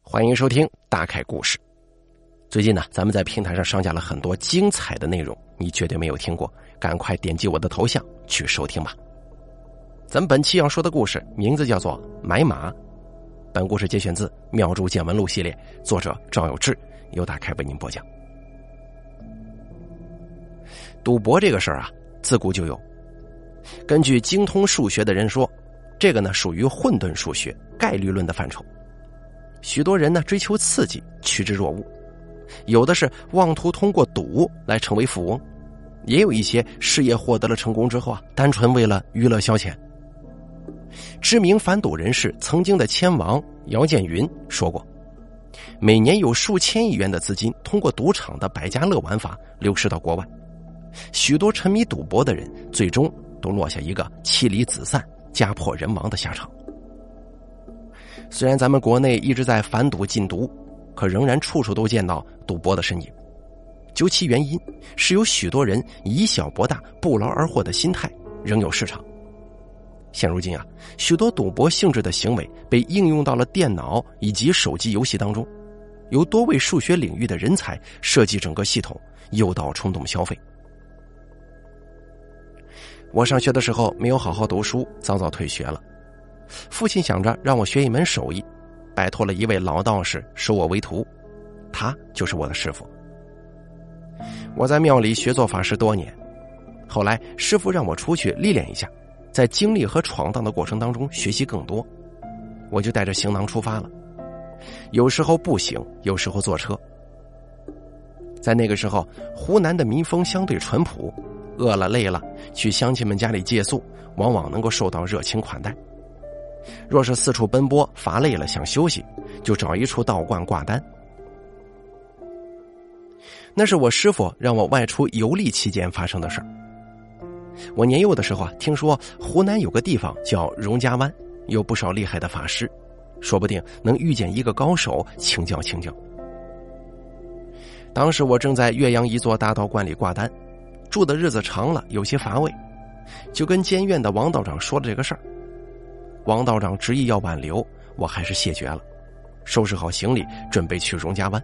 欢迎收听大凯故事。最近呢，咱们在平台上上架了很多精彩的内容，你绝对没有听过，赶快点击我的头像去收听吧。咱们本期要说的故事名字叫做买马，本故事节选自《妙珠见闻录》系列，作者赵有志，由大凯为您播讲。赌博这个事儿啊，自古就有。根据精通数学的人说，这个呢属于混沌数学概率论的范畴。许多人呢追求刺激，趋之若鹜，有的是妄图通过赌来成为富翁，也有一些事业获得了成功之后单纯为了娱乐消遣。知名反赌人士曾经的签王姚建云说过，每年有数千亿元的资金通过赌场的百家乐玩法流失到国外，许多沉迷赌博的人最终都落下一个妻离子散、家破人亡的下场。虽然咱们国内一直在反赌禁毒，可仍然处处都见到赌博的身影。究其原因，是有许多人以小博大、不劳而获的心态仍有市场。现如今许多赌博性质的行为被应用到了电脑以及手机游戏当中，由多位数学领域的人才设计整个系统，诱导冲动消费。我上学的时候没有好好读书，早早退学了。父亲想着让我学一门手艺，拜托了一位老道士收我为徒，他就是我的师傅。我在庙里学做法事多年，后来师傅让我出去历练一下，在经历和闯荡的过程当中学习更多，我就带着行囊出发了。有时候步行，有时候坐车。在那个时候，湖南的民风相对淳朴，饿了累了，去乡亲们家里借宿，往往能够受到热情款待。若是四处奔波乏累了想休息，就找一处道观挂单。那是我师父让我外出游历期间发生的事儿。我年幼的时候听说湖南有个地方叫荣家湾，有不少厉害的法师，说不定能遇见一个高手请教请教。当时我正在岳阳一座大道观里挂单，住的日子长了有些乏味，就跟监院的王道长说了这个事儿。王道长执意要挽留，我还是谢绝了，收拾好行李准备去荣家湾。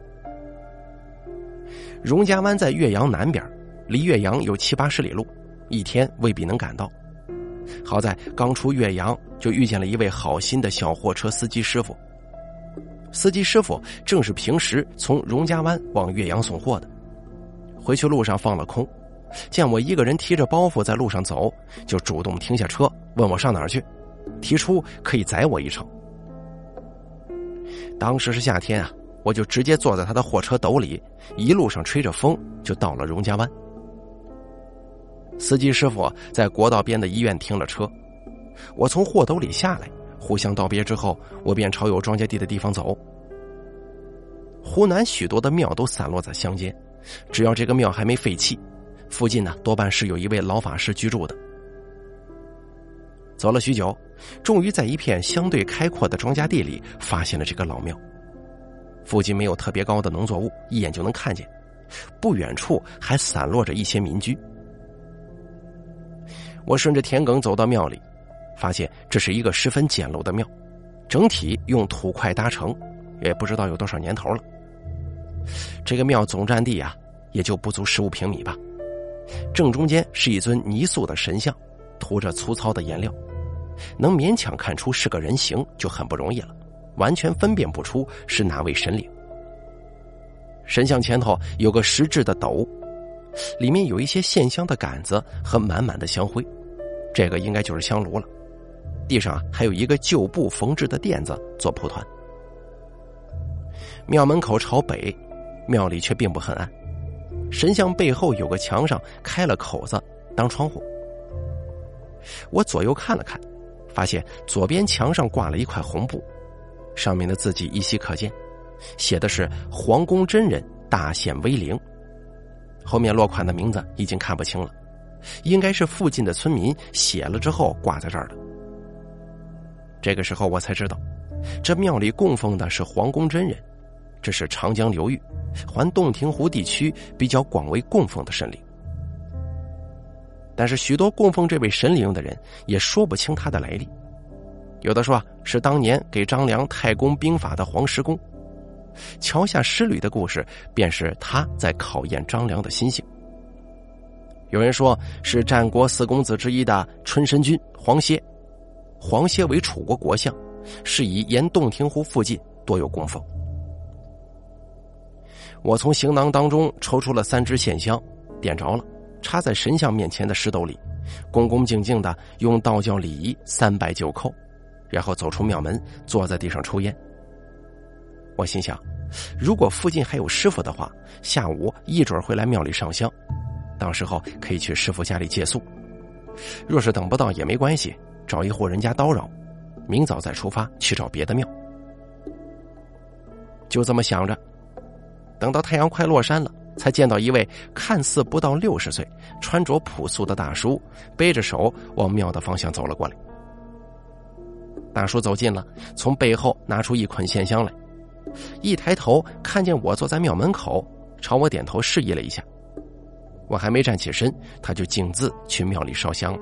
荣家湾在岳阳南边，离岳阳有70-80里路，一天未必能赶到。好在刚出岳阳就遇见了一位好心的小货车司机师傅。司机师傅正是平时从荣家湾往岳阳送货的，回去路上放了空，见我一个人提着包袱在路上走，就主动停下车问我上哪儿去，提出可以载我一程。当时是夏天我就直接坐在他的货车斗里，一路上吹着风就到了荣家湾。司机师傅在国道边的医院停了车，我从货斗里下来，互相道别之后，我便朝有庄稼地的地方走。湖南许多的庙都散落在乡间，只要这个庙还没废弃，附近多半是有一位老法师居住的。走了许久，终于在一片相对开阔的庄稼地里发现了这个老庙。附近没有特别高的农作物，一眼就能看见，不远处还散落着一些民居。我顺着田埂走到庙里，发现这是一个十分简陋的庙，整体用土块搭成，也不知道有多少年头了。这个庙总占地也就不足15平米吧。正中间是一尊泥塑的神像，涂着粗糙的颜料，能勉强看出是个人形就很不容易了，完全分辨不出是哪位神灵。神像前头有个石制的斗，里面有一些线香的杆子和满满的香灰，这个应该就是香炉了。地上还有一个旧布缝制的垫子做蒲团。庙门口朝北，庙里却并不很暗，神像背后有个墙上开了口子当窗户。我左右看了看，发现左边墙上挂了一块红布，上面的字迹依稀可见，写的是皇宫真人大显威灵。后面落款的名字已经看不清了，应该是附近的村民写了之后挂在这儿的。这个时候我才知道，这庙里供奉的是皇宫真人，这是长江流域环洞庭湖地区比较广为供奉的神灵。但是许多供奉这位神灵的人也说不清他的来历。 有的说是当年给张良太公兵法的黄石公，桥下诗侣的故事便是他在考验张良的心性。有人说是战国4公子之一的春申君黄歇，黄歇为楚国国相，是以沿洞庭湖附近多有供奉。我从行囊当中抽出了3支线香，点着了，插在神像面前的石斗里，恭恭敬敬地用道教礼仪3拜9叩，然后走出庙门，坐在地上抽烟。我心想，如果附近还有师傅的话，下午一准会来庙里上香，到时候可以去师傅家里借宿。若是等不到也没关系，找一户人家叨扰，明早再出发去找别的庙。就这么想着，等到太阳快落山了，才见到一位看似不到60岁、穿着朴素的大叔，背着手往庙的方向走了过来。大叔走近了，从背后拿出一捆线香来，一抬头看见我坐在庙门口，朝我点头示意了一下。我还没站起身，他就径自去庙里烧香了。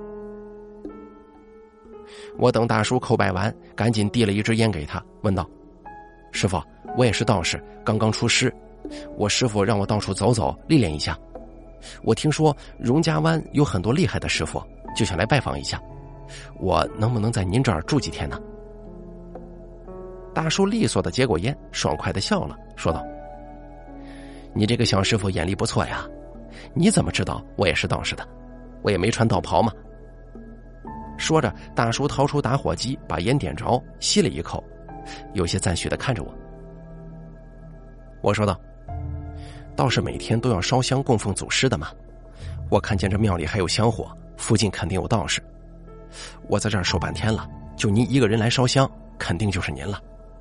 我等大叔叩拜完，赶紧递了一支烟给他，问道：师傅，我也是道士，刚刚出师，我师傅让我到处走走历练一下，我听说荣家湾有很多厉害的师傅，就想来拜访一下，我能不能在您这儿住几天呢？大叔利索的接过烟，爽快的笑了，说道：你这个小师傅眼力不错呀，你怎么知道我也是道士的？我也没穿道袍嘛。说着，大叔掏出打火机，把烟点着，吸了一口，有些赞许的看着我。我说道：道士每天都要烧香供奉祖师的嘛，我看见这庙里还有香火，附近肯定有道士，我在这儿守半天了，就您一个人来烧香，肯定就是您了。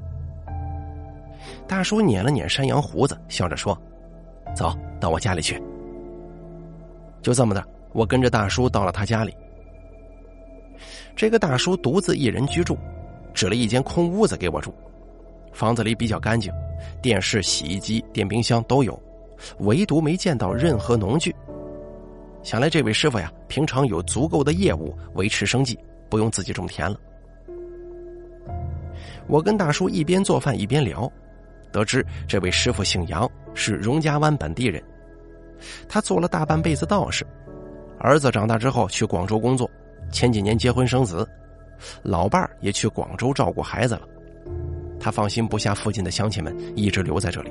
大叔捻了捻山羊胡子，笑着说：走到我家里去。就这么的，我跟着大叔到了他家里。这个大叔独自一人居住，指了一间空屋子给我住。房子里比较干净，电视、洗衣机、电冰箱都有，唯独没见到任何农具。想来这位师傅呀，平常有足够的业务维持生计，不用自己种田了。我跟大叔一边做饭一边聊，得知这位师傅姓杨，是荣家湾本地人。他做了大半辈子道士，儿子长大之后去广州工作，前几年结婚生子，老伴儿也去广州照顾孩子了。他放心不下附近的乡亲们，一直留在这里。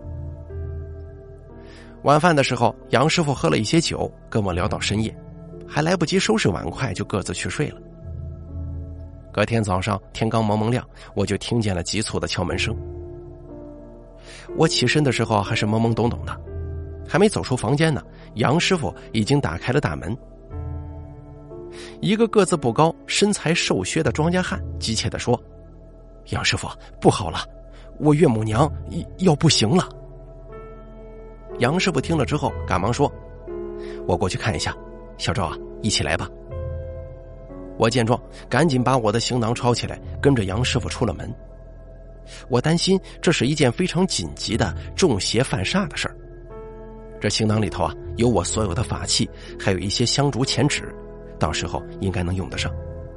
晚饭的时候，杨师傅喝了一些酒，跟我聊到深夜，还来不及收拾碗筷就各自去睡了。隔天早上天刚蒙蒙亮，我就听见了急促的敲门声。我起身的时候还是懵懵懂懂的，还没走出房间呢，杨师傅已经打开了大门。一个个子不高、身材瘦削的庄稼汉急切地说：杨师傅，不好了，我岳母娘要不行了。杨师傅听了之后赶忙说：我过去看一下，小赵啊，一起来吧。我见状赶紧把我的行囊抄起来，跟着杨师傅出了门。我担心这是一件非常紧急的中邪犯煞的事儿。这行囊里头啊，有我所有的法器，还有一些香烛钱纸，到时候应该能用得上。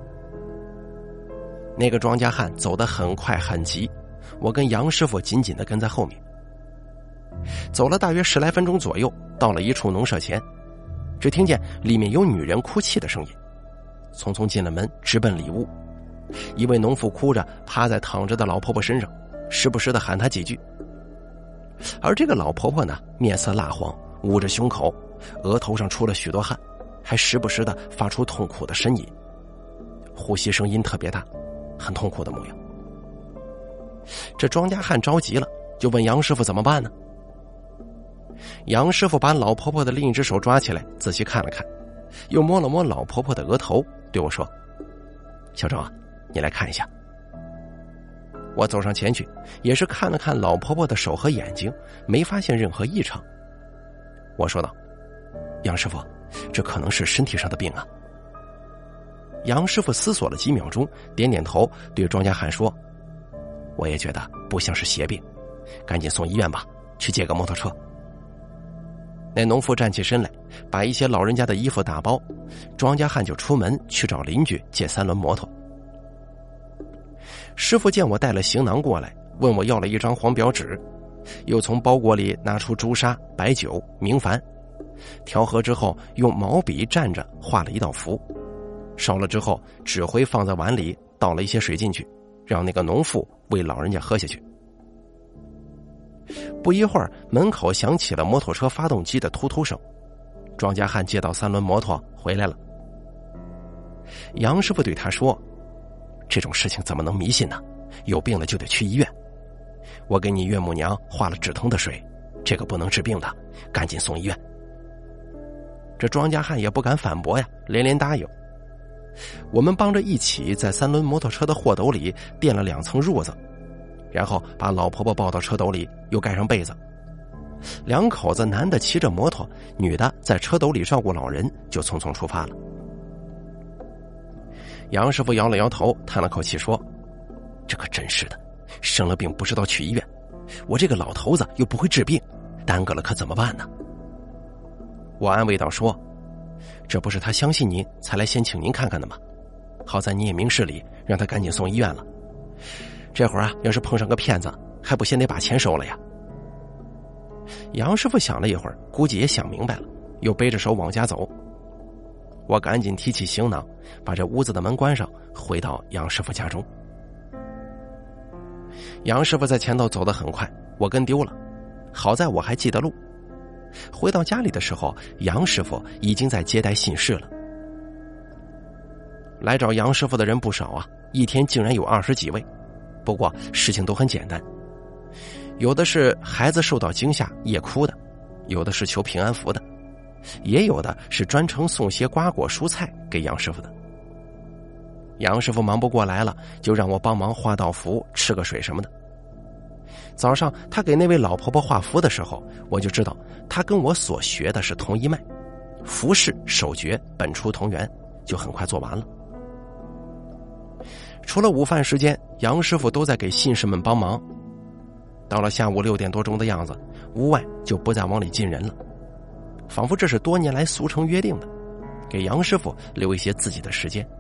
那个庄稼汉走得很快很急，我跟杨师傅紧紧地跟在后面。走了大约10来分钟左右，到了一处农舍前，只听见里面有女人哭泣的声音，匆匆进了门，直奔里屋。一位农妇哭着趴在躺着的老婆婆身上，时不时地喊她几句。而这个老婆婆呢，面色蜡黄，捂着胸口，额头上出了许多汗，还时不时地发出痛苦的呻吟，呼吸声音特别大，很痛苦的模样。这庄稼汉着急了，就问杨师傅怎么办呢？杨师傅把老婆婆的另一只手抓起来，仔细看了看，又摸了摸老婆婆的额头，对我说：小周啊，你来看一下。我走上前去，也是看了看老婆婆的手和眼睛，没发现任何异常。我说道：杨师傅，这可能是身体上的病啊。杨师傅思索了几秒钟，点点头，对庄稼汉说：我也觉得不像是邪病，赶紧送医院吧，去借个摩托车。那农妇站起身来，把一些老人家的衣服打包，庄稼汉就出门去找邻居借3轮摩托。 师傅见我带了行囊过来，问我要了一张黄表纸，又从包裹里拿出朱砂、白酒、明矾，调和之后用毛笔蘸着画了一道符，烧了之后纸灰放在碗里，倒了一些水进去，让那个农妇为老人家喝下去。不一会儿，门口响起了摩托车发动机的突突声，庄稼汉接到3轮摩托回来了。杨师傅对他说，这种事情怎么能迷信呢？有病了就得去医院。我给你岳母娘化了止疼的水，这个不能治病的，赶紧送医院。这庄稼汉也不敢反驳呀，连连答应。我们帮着一起在3轮摩托车的货斗里垫了2层褥子，然后把老婆婆抱到车斗里，又盖上被子。2口子，男的骑着摩托，女的在车斗里照顾老人，就匆匆出发了。杨师傅摇了摇头，叹了口气说，这可真是的，生了病不知道去医院，我这个老头子又不会治病，耽搁了可怎么办呢？我安慰道说，这不是他相信您才来先请您看看的吗？好在你也明事理，让他赶紧送医院了。这会儿啊，要是碰上个骗子，还不先得把钱收了呀？杨师傅想了一会儿，估计也想明白了，又背着手往家走。我赶紧提起行囊，把这屋子的门关上，回到杨师傅家中。杨师傅在前头走得很快，我跟丢了，好在我还记得路。回到家里的时候，杨师傅已经在接待信士了。来找杨师傅的人不少啊，一天竟然有20几位。不过事情都很简单，有的是孩子受到惊吓夜哭的，有的是求平安符的，也有的是专程送些瓜果蔬菜给杨师傅的。杨师傅忙不过来了，就让我帮忙画道符，吃个水什么的。早上他给那位老婆婆画符的时候，我就知道他跟我所学的是同一脉，符式手诀本出同源，就很快做完了。除了午饭时间，杨师傅都在给信士们帮忙。到了下午6点多钟的样子，屋外就不再往里进人了，仿佛这是多年来俗成约定的，给杨师傅留一些自己的时间。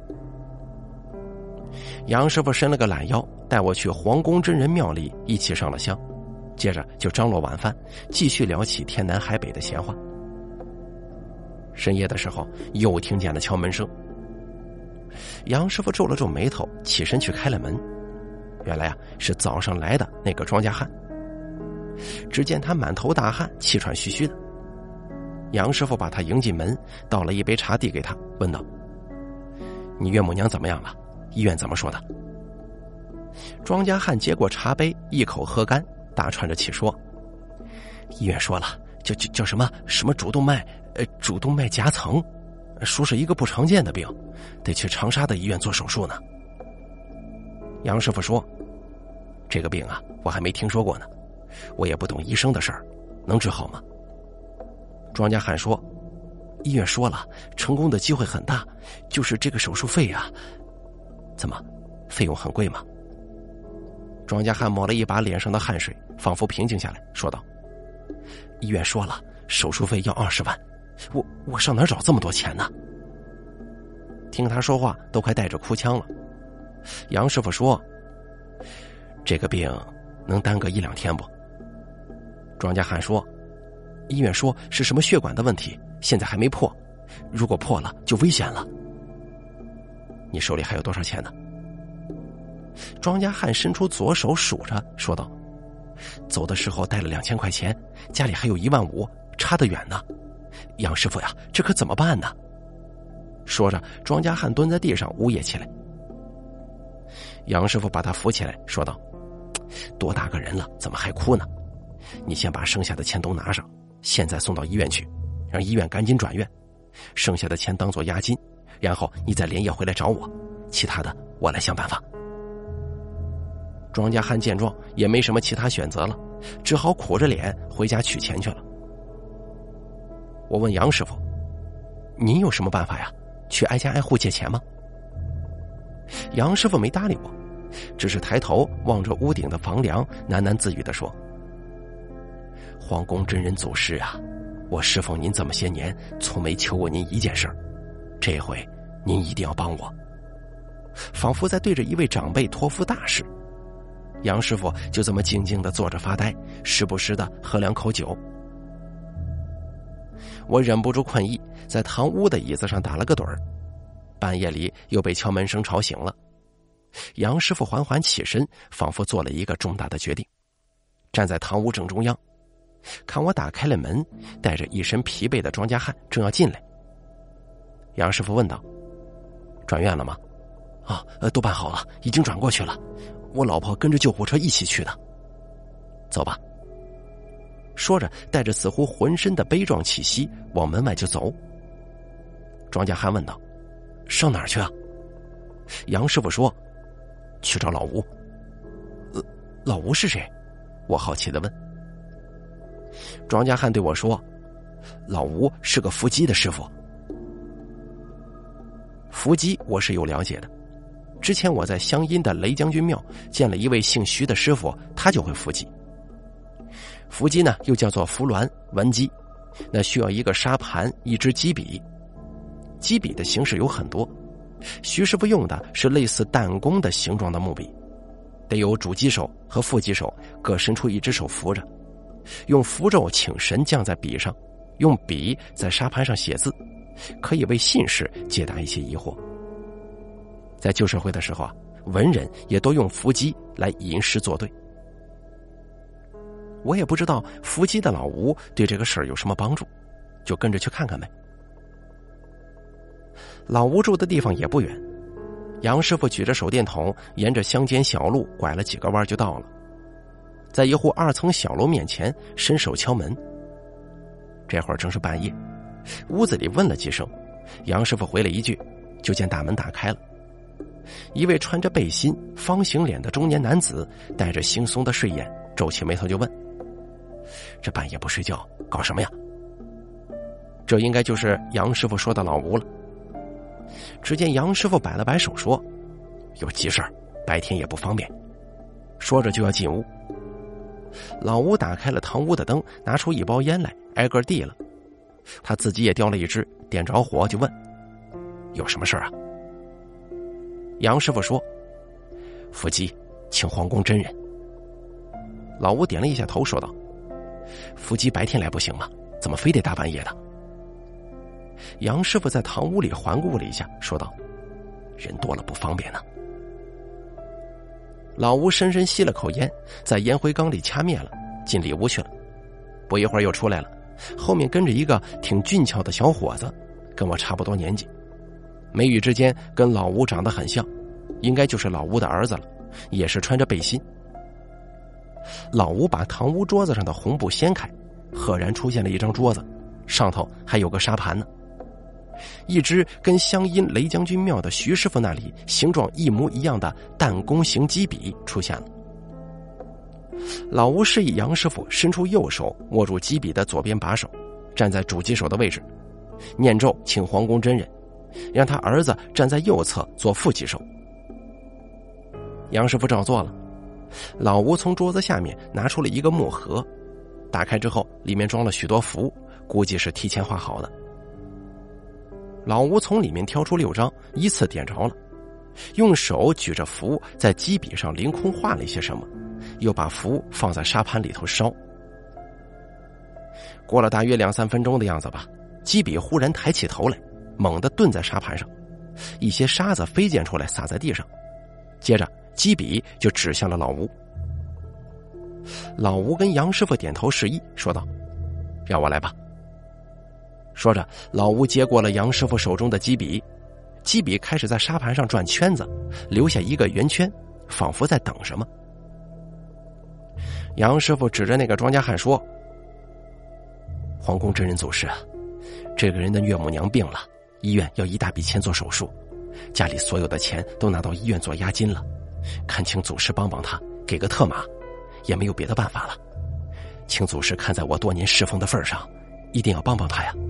杨师傅伸了个懒腰，带我去皇宫真人庙里一起上了香，接着就张罗晚饭，继续聊起天南海北的闲话。深夜的时候，又听见了敲门声。杨师傅皱了皱眉头，起身去开了门。原来啊，是早上来的那个庄稼汉。只见他满头大汗，气喘吁吁的。杨师傅把他迎进门，倒了一杯茶递给他，问道：你岳母娘怎么样了？医院怎么说的？庄稼汉接过茶杯，一口喝干，大喘着气说：医院说了，叫什么主动脉夹层，说是一个不常见的病，得去长沙的医院做手术呢。杨师傅说：这个病啊，我还没听说过呢，我也不懂医生的事儿，能治好吗？庄稼汉说：医院说了，成功的机会很大，就是这个手术费啊。怎么，费用很贵吗？庄稼汉抹了一把脸上的汗水，仿佛平静下来，说道：医院说了，手术费要20万，我上哪儿找这么多钱呢？听他说话都快带着哭腔了。杨师傅说：这个病能耽搁1、2天不？庄稼汉说：医院说是什么血管的问题，现在还没破，如果破了就危险了。你手里还有多少钱呢？庄稼汉伸出左手数着，说道：走的时候带了2000块钱，家里还有15000，差得远呢。杨师傅呀，这可怎么办呢？说着，庄稼汉蹲在地上呜咽起来。杨师傅把他扶起来，说道：多大个人了，怎么还哭呢？你先把剩下的钱都拿上，现在送到医院去，让医院赶紧转院，剩下的钱当做押金，然后你再连夜回来找我，其他的我来想办法。庄稼汉见状也没什么其他选择了，只好苦着脸回家取钱去了。我问杨师傅：您有什么办法呀？去挨家挨户借钱吗？杨师傅没搭理我，只是抬头望着屋顶的房梁，喃喃自语地说：皇宫真人祖师啊，我侍奉您这么些年，从没求过您一件事儿，这回您一定要帮我。 仿佛在对着一位长辈托付大事。杨师傅就这么静静地坐着发呆，时不时地喝2口酒。我忍不住困意，在堂屋的椅子上打了个盹儿。半夜里又被敲门声吵醒了。杨师傅缓缓起身，仿佛做了一个重大的决定，站在堂屋正中央，看我打开了门，带着一身疲惫的庄稼汉正要进来。杨师傅问道：转院了吗？都办好了，已经转过去了，我老婆跟着救护车一起去的。走吧。说着带着似乎浑身的悲壮气息往门外就走。庄稼汉问道：上哪儿去啊？杨师傅说：去找老吴。老吴是谁？我好奇地问。庄稼汉对我说：老吴是个伏击的师傅。伏击我是有了解的，之前我在湘阴的雷将军庙见了一位姓徐的师傅，他就会伏击。伏击呢又叫做伏鸾、文击，那需要一个沙盘、一支击笔。击笔的形式有很多，徐师傅用的是类似弹弓的形状的木笔，得有主击手和副击手各伸出一只手扶着，用符咒请神降在笔上，用笔在沙盘上写字，可以为信士解答一些疑惑。在旧社会的时候文人也都用伏击来吟诗作对。我也不知道伏击的老吴对这个事儿有什么帮助，就跟着去看看呗。老吴住的地方也不远，杨师傅举着手电筒沿着乡间小路拐了几个弯就到了，在一户2层小楼面前伸手敲门。这会儿正是半夜，屋子里问了几声，杨师傅回了一句，就见大门打开了。一位穿着背心、方形脸的中年男子带着惺忪的睡眼，皱起眉头就问：这半夜不睡觉搞什么呀？这应该就是杨师傅说的老吴了。只见杨师傅摆了摆手说：有急事儿，白天也不方便。说着就要进屋。老吴打开了堂屋的灯，拿出一包烟来，挨个递了。他自己也叼了一支，点着火就问：有什么事儿啊？杨师傅说：伏击，请皇宫真人。老吴点了一下头，说道：伏击白天来不行吗？怎么非得大半夜的？杨师傅在堂屋里环顾了一下，说道：人多了不方便呢。老吴深深吸了口烟，在烟灰缸里掐灭了，进里屋去了。不一会儿又出来了，后面跟着一个挺俊俏的小伙子，跟我差不多年纪，眉宇之间跟老吴长得很像，应该就是老吴的儿子了，也是穿着背心。老吴把堂屋桌子上的红布掀开，赫然出现了一张桌子，上头还有个沙盘呢。一支跟湘阴雷将军庙的徐师傅那里形状一模一样的弹弓形击笔出现了。老吴示意杨师傅伸出右手握住击笔的左边把手，站在主击手的位置，念咒请皇宫真人，让他儿子站在右侧做副击手。杨师傅照做了。老吴从桌子下面拿出了一个木盒，打开之后里面装了许多符，估计是提前画好的。老吴从里面挑出6张，依次点着了，用手举着符在击笔上凌空画了一些什么，又把符放在沙盘里头烧。过了大约2-3分钟的样子吧，击笔忽然抬起头来，猛地顿在沙盘上，一些沙子飞溅出来洒在地上，接着击笔就指向了老吴。老吴跟杨师傅点头示意，说道：让我来吧。说着，老吴接过了杨师傅手中的击笔，击笔开始在沙盘上转圈子，留下一个圆圈，仿佛在等什么。杨师傅指着那个庄稼汉说：皇宫真人祖师啊，这个人的岳母娘病了，医院要一大笔钱做手术，家里所有的钱都拿到医院做押金了，看请祖师帮帮他，给个特码，也没有别的办法了，请祖师看在我多年侍奉的份上，一定要帮帮他呀。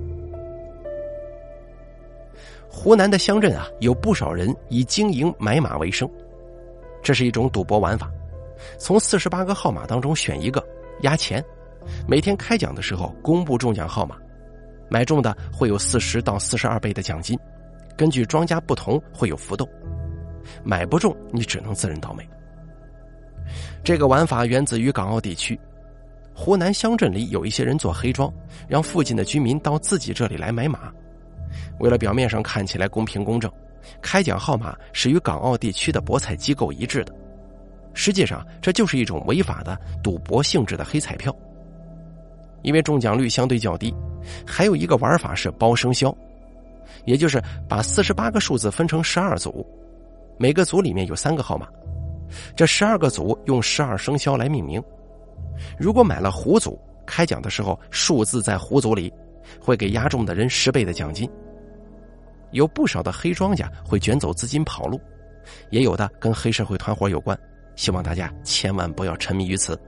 湖南的乡镇有不少人以经营买马为生，这是一种赌博玩法，从48个号码当中选一个押钱，每天开奖的时候公布中奖号码，买中的会有40到42倍的奖金，根据庄家不同会有浮动， 买不中你只能自认倒霉。这个玩法源自于港澳地区，湖南乡镇里有一些人做黑庄，让附近的居民到自己这里来买马。为了表面上看起来公平公正，开奖号码是与港澳地区的博彩机构一致的，实际上这就是一种违法的赌博性质的黑彩票。因为中奖率相对较低，还有一个玩法是包生肖，也就是把48个数字分成12组，每个组里面有3个号码，这12个组用12生肖来命名。如果买了虎组，开奖的时候数字在虎组里，会给押中的人10倍的奖金。有不少的黑庄家会卷走资金跑路，也有的跟黑社会团伙有关，希望大家千万不要沉迷于此。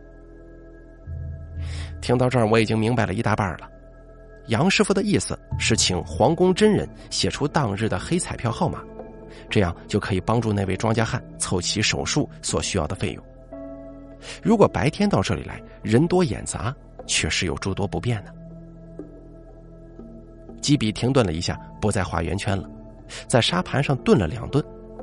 听到这儿我已经明白了一大半了，杨师傅的意思是请黄公真人写出当日的黑彩票号码，这样就可以帮助那位庄稼汉凑齐手术所需要的费用。如果白天到这里来，人多眼杂，确实有诸多不便呢。基比停顿了一下，不再画圆圈了，在沙盘上顿了2顿。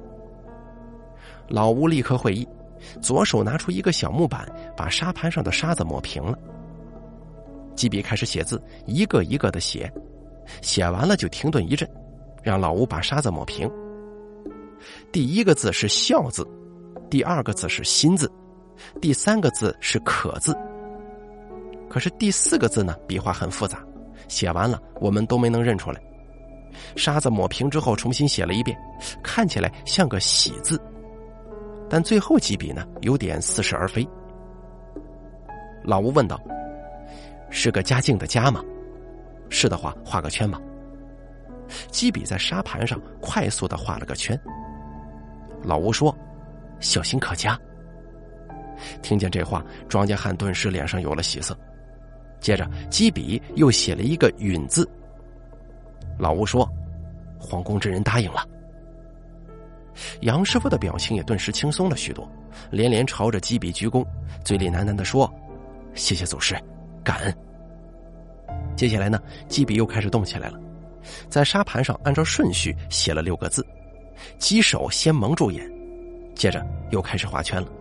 老吴立刻会意，左手拿出一个小木板，把沙盘上的沙子抹平了。基比开始写字，一个一个的写，写完了就停顿一阵，让老吴把沙子抹平。第1个字是笑字，第2个字是心字，第3个字是可字。可是第4个字呢，笔画很复杂，写完了我们都没能认出来。沙子抹平之后重新写了一遍，看起来像个喜字，但最后几笔呢有点似是而非。老吴问道：是个家境的家吗？是的话画个圈吧。基比在沙盘上快速地画了个圈。老吴说：小心可嘉。听见这话，庄稼汉顿时脸上有了喜色。接着基比又写了一个允字。老吴说：黄公真人答应了。杨师傅的表情也顿时轻松了许多，连连朝着基比鞠躬，嘴里喃喃地说：谢谢祖师，感恩。接下来呢，基比又开始动起来了，在沙盘上按照顺序写了6个字，基手先蒙住眼，接着又开始画圈了。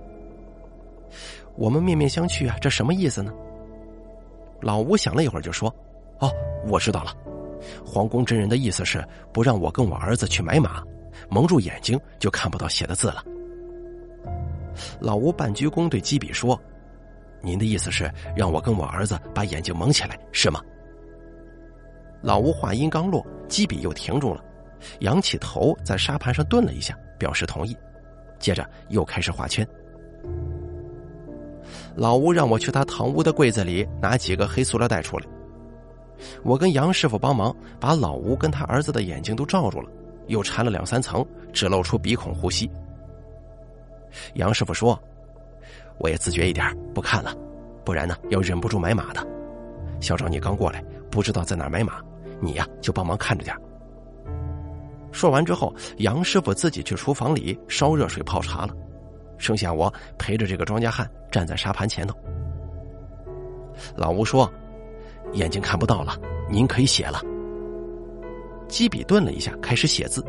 我们面面相觑啊，这什么意思呢？老吴想了一会儿就说：哦，我知道了，黄公真人的意思是不让我跟我儿子去买马，蒙住眼睛就看不到写的字了。老吴半鞠躬对基比说：您的意思是让我跟我儿子把眼睛蒙起来，是吗？老吴话音刚落，基比又停住了，仰起头在沙盘上顿了一下，表示同意，接着又开始画圈。老吴让我去他堂屋的柜子里拿几个黑塑料袋出来，我跟杨师傅帮忙把老吴跟他儿子的眼睛都罩住了，又缠了2、3层，只露出鼻孔呼吸。杨师傅说：我也自觉一点，不看了，不然呢要忍不住买马的。小赵你刚过来，不知道在哪儿买马，你呀就帮忙看着点。说完之后，杨师傅自己去厨房里烧热水泡茶了，剩下我陪着这个庄稼汉站在沙盘前头。老吴说：眼睛看不到了，您可以写了。基比顿了一下，开始写字。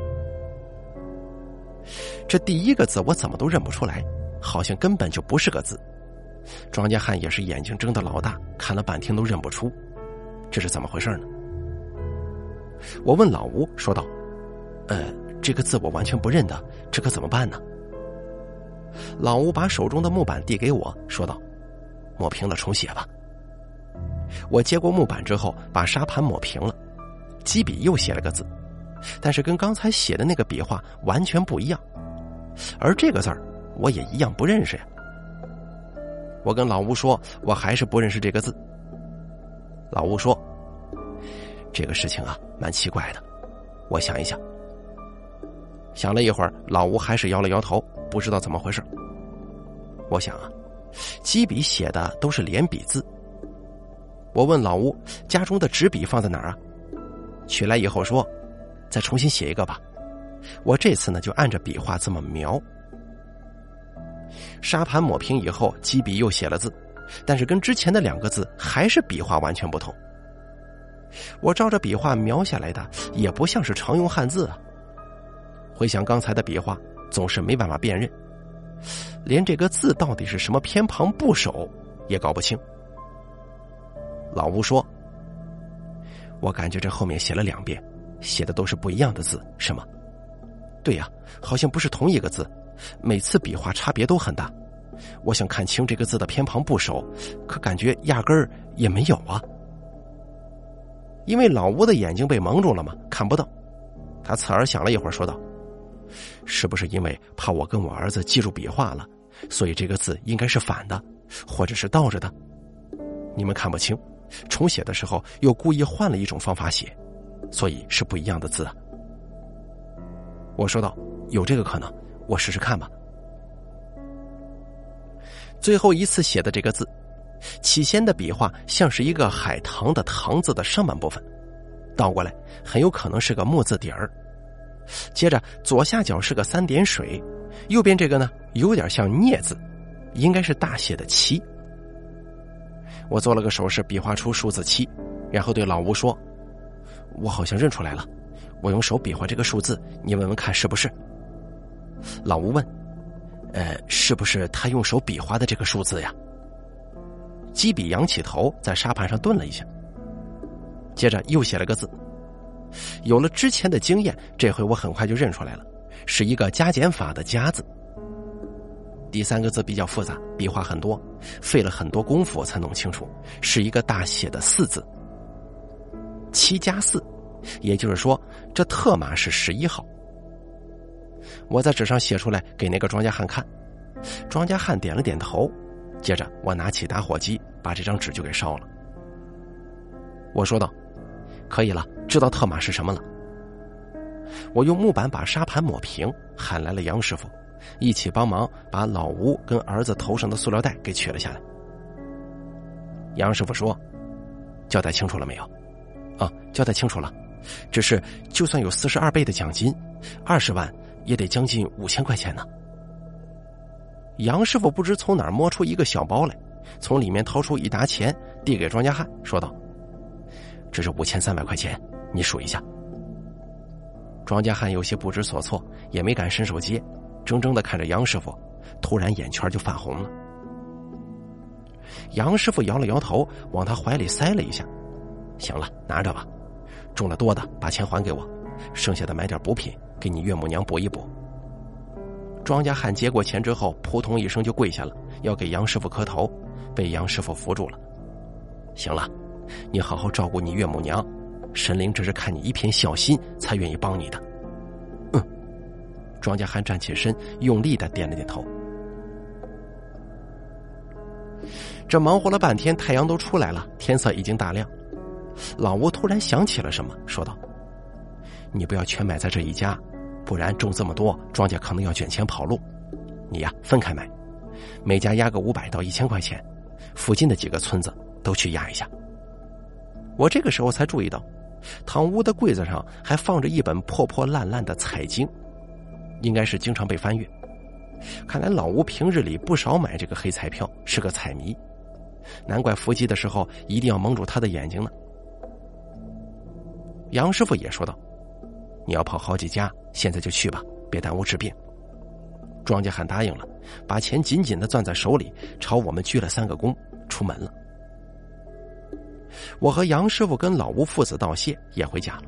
这第1个字我怎么都认不出来，好像根本就不是个字。庄稼汉也是眼睛睁得老大，看了半天都认不出，这是怎么回事呢？我问老吴说道：这个字我完全不认得，这可怎么办呢？老吴把手中的木板递给我，说道：抹平了重写吧。我接过木板之后，把沙盘抹平了，基笔又写了个字，但是跟刚才写的那个笔画完全不一样，而这个字儿我也一样不认识呀。我跟老吴说，我还是不认识这个字。老吴说：这个事情啊蛮奇怪的，我想一想。想了一会儿，老吴还是摇了摇头，不知道怎么回事。我想啊，基笔写的都是连笔字。我问老吴，家中的纸笔放在哪儿啊？取来以后说，再重新写一个吧。我这次呢就按着笔画这么描。沙盘抹平以后，基笔又写了字，但是跟之前的2个字还是笔画完全不同。我照着笔画描下来的也不像是常用汉字啊。 回想刚才的笔画，总是没办法辨认，连这个字到底是什么偏旁部首也搞不清。老吴说，我感觉这后面写了2遍，写的都是不一样的字，是吗？对呀，好像不是同一个字，每次笔画差别都很大。我想看清这个字的偏旁部首，可感觉压根儿也没有啊。因为老吴的眼睛被蒙住了嘛，看不到。他侧耳想了一会儿，说道，是不是因为怕我跟我儿子记住笔画了，所以这个字应该是反的，或者是倒着的？你们看不清，重写的时候又故意换了一种方法写，所以是不一样的字啊。我说道，有这个可能，我试试看吧。最后一次写的这个字，起先的笔画像是一个海棠的棠字的上半部分，倒过来很有可能是个木字底儿。接着左下角是个3点水，右边这个呢有点像镊字，应该是大写的7。我做了个手势，比划出数字7，然后对老吴说，我好像认出来了，我用手比划这个数字，你问问看是不是？老吴问，是不是他用手比划的这个数字呀？基比仰起头，在沙盘上顿了一下，接着又写了个字。有了之前的经验，这回我很快就认出来了，是一个加减法的加字。第3个字比较复杂，笔画很多，费了很多功夫才弄清楚，是一个大写的4字。7加4，也就是说这特码是11号。我在纸上写出来给那个庄稼汉看，庄稼汉点了点头，接着我拿起打火机把这张纸就给烧了。我说道，可以了，知道特码是什么了。我用木板把沙盘抹平，喊来了杨师傅，一起帮忙把老吴跟儿子头上的塑料袋给取了下来。杨师傅说，交代清楚了没有？交代清楚了，只是就算有42倍的奖金，20万也得将近5000块钱呢。杨师傅不知从哪儿摸出一个小包来，从里面掏出一沓钱递给庄稼汉，说道，这是5300块钱，你数一下。庄稼汉有些不知所措，也没敢伸手接，怔怔地看着杨师傅，突然眼圈就泛红了。杨师傅摇了摇头，往他怀里塞了一下，行了，拿着吧，中了多的把钱还给我，剩下的买点补品给你岳母娘补一补。庄稼汉接过钱之后，扑通一声就跪下了，要给杨师傅磕头，被杨师傅扶住了。行了，你好好照顾你岳母娘，神灵只是看你一片孝心才愿意帮你的。庄稼汉站起身，用力地点了点头。这忙活了半天，太阳都出来了，天色已经大亮。老吴突然想起了什么，说道，你不要全买在这一家，不然种这么多，庄稼可能要卷钱跑路。你呀，分开买，每家压个500到1000块钱，附近的几个村子都去压一下。我这个时候才注意到，堂屋的柜子上还放着一本破破烂烂的彩经，应该是经常被翻阅。看来老吴平日里不少买这个黑彩票，是个彩迷，难怪伏击的时候一定要蒙住他的眼睛呢。杨师傅也说道，你要跑好几家，现在就去吧，别耽误治病。庄稼汉答应了，把钱紧紧地攥在手里，朝我们鞠了3个躬，出门了。我和杨师傅跟老吴父子道谢，也回家了。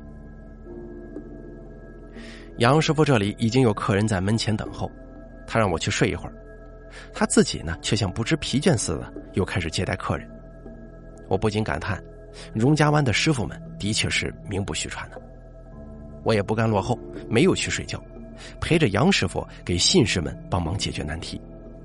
杨师傅这里已经有客人在门前等候，他让我去睡一会儿，他自己呢却像不知疲倦似的，又开始接待客人。我不禁感叹，荣家湾的师傅们的确是名不虚传的。我也不甘落后，没有去睡觉，陪着杨师傅给信士们帮忙解决难题。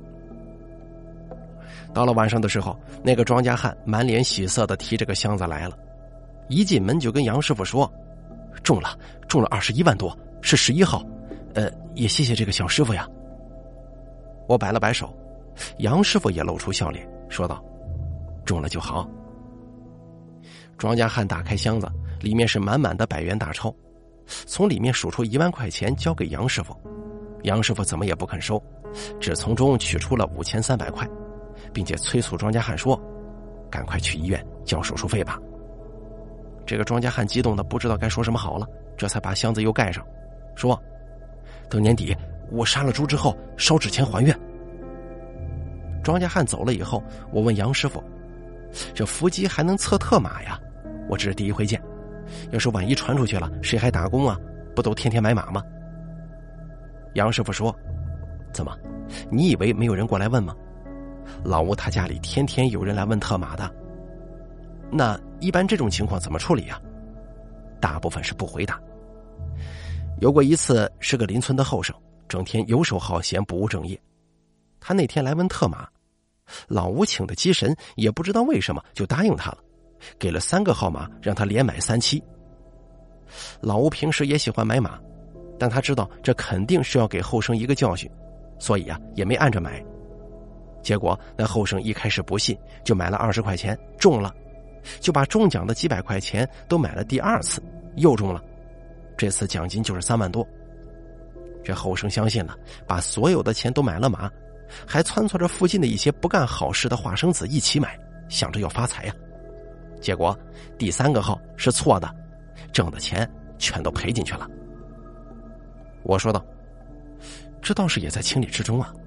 到了晚上的时候，那个庄稼汉满脸喜色地提着个箱子来了，一进门就跟杨师傅说，中了21万多，是11号，也谢谢这个小师傅呀。我摆了摆手，杨师傅也露出笑脸，说道，中了就好。庄稼汉打开箱子，里面是满满的100元大钞，从里面数出1万块钱交给杨师傅。杨师傅怎么也不肯收，只从中取出了5300块，并且催促庄稼汉说，赶快去医院交手术费吧。这个庄稼汉激动的不知道该说什么好了，这才把箱子又盖上，说， 等年底我杀了猪之后烧纸钱还愿。庄稼汉走了以后，我问杨师傅，这伏击还能测特码呀？我这是第一回见，要是万一传出去了，谁还打工啊？不都天天买马吗？杨师傅说，怎么，你以为没有人过来问吗？老吴他家里天天有人来问特码的。那一般这种情况怎么处理呀？大部分是不回答。有过一次是个邻村的后生，整天游手好闲，不务正业。他那天来问特码，老吴请的机神也不知道为什么就答应他了，给了3个号码让他连买3期。老吴平时也喜欢买马，但他知道这肯定是要给后生一个教训，所以也没按着买。结果那后生一开始不信，就买了20块钱，中了，就把中奖的几百块钱都买了第2次，又中了，这次奖金就是3万多。这后生相信了，把所有的钱都买了马，还撺掇着附近的一些不干好事的花生子一起买，想着要发财呀。结果第3个号是错的，挣的钱全都赔进去了。我说道，这倒是也在情理之中啊。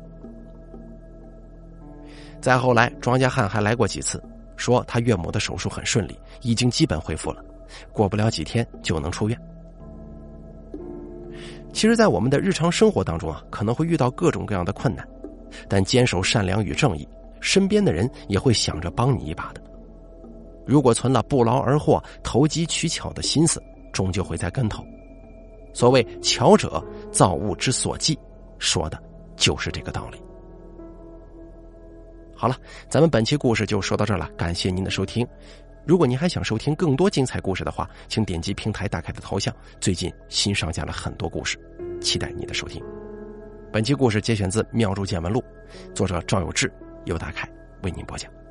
再后来庄稼汉还来过几次，说他岳母的手术很顺利，已经基本恢复了，过不了几天就能出院。其实在我们的日常生活当中可能会遇到各种各样的困难，但坚守善良与正义，身边的人也会想着帮你一把的。如果存了不劳而获、投机取巧的心思，终究会栽跟头。所谓巧者造物之所忌，说的就是这个道理。好了，咱们本期故事就说到这儿了，感谢您的收听。如果您还想收听更多精彩故事的话，请点击平台大凯的头像，最近新上架了很多故事，期待您的收听。本期故事节选自《妙著见闻录》，作者赵有志，由大凯为您播讲。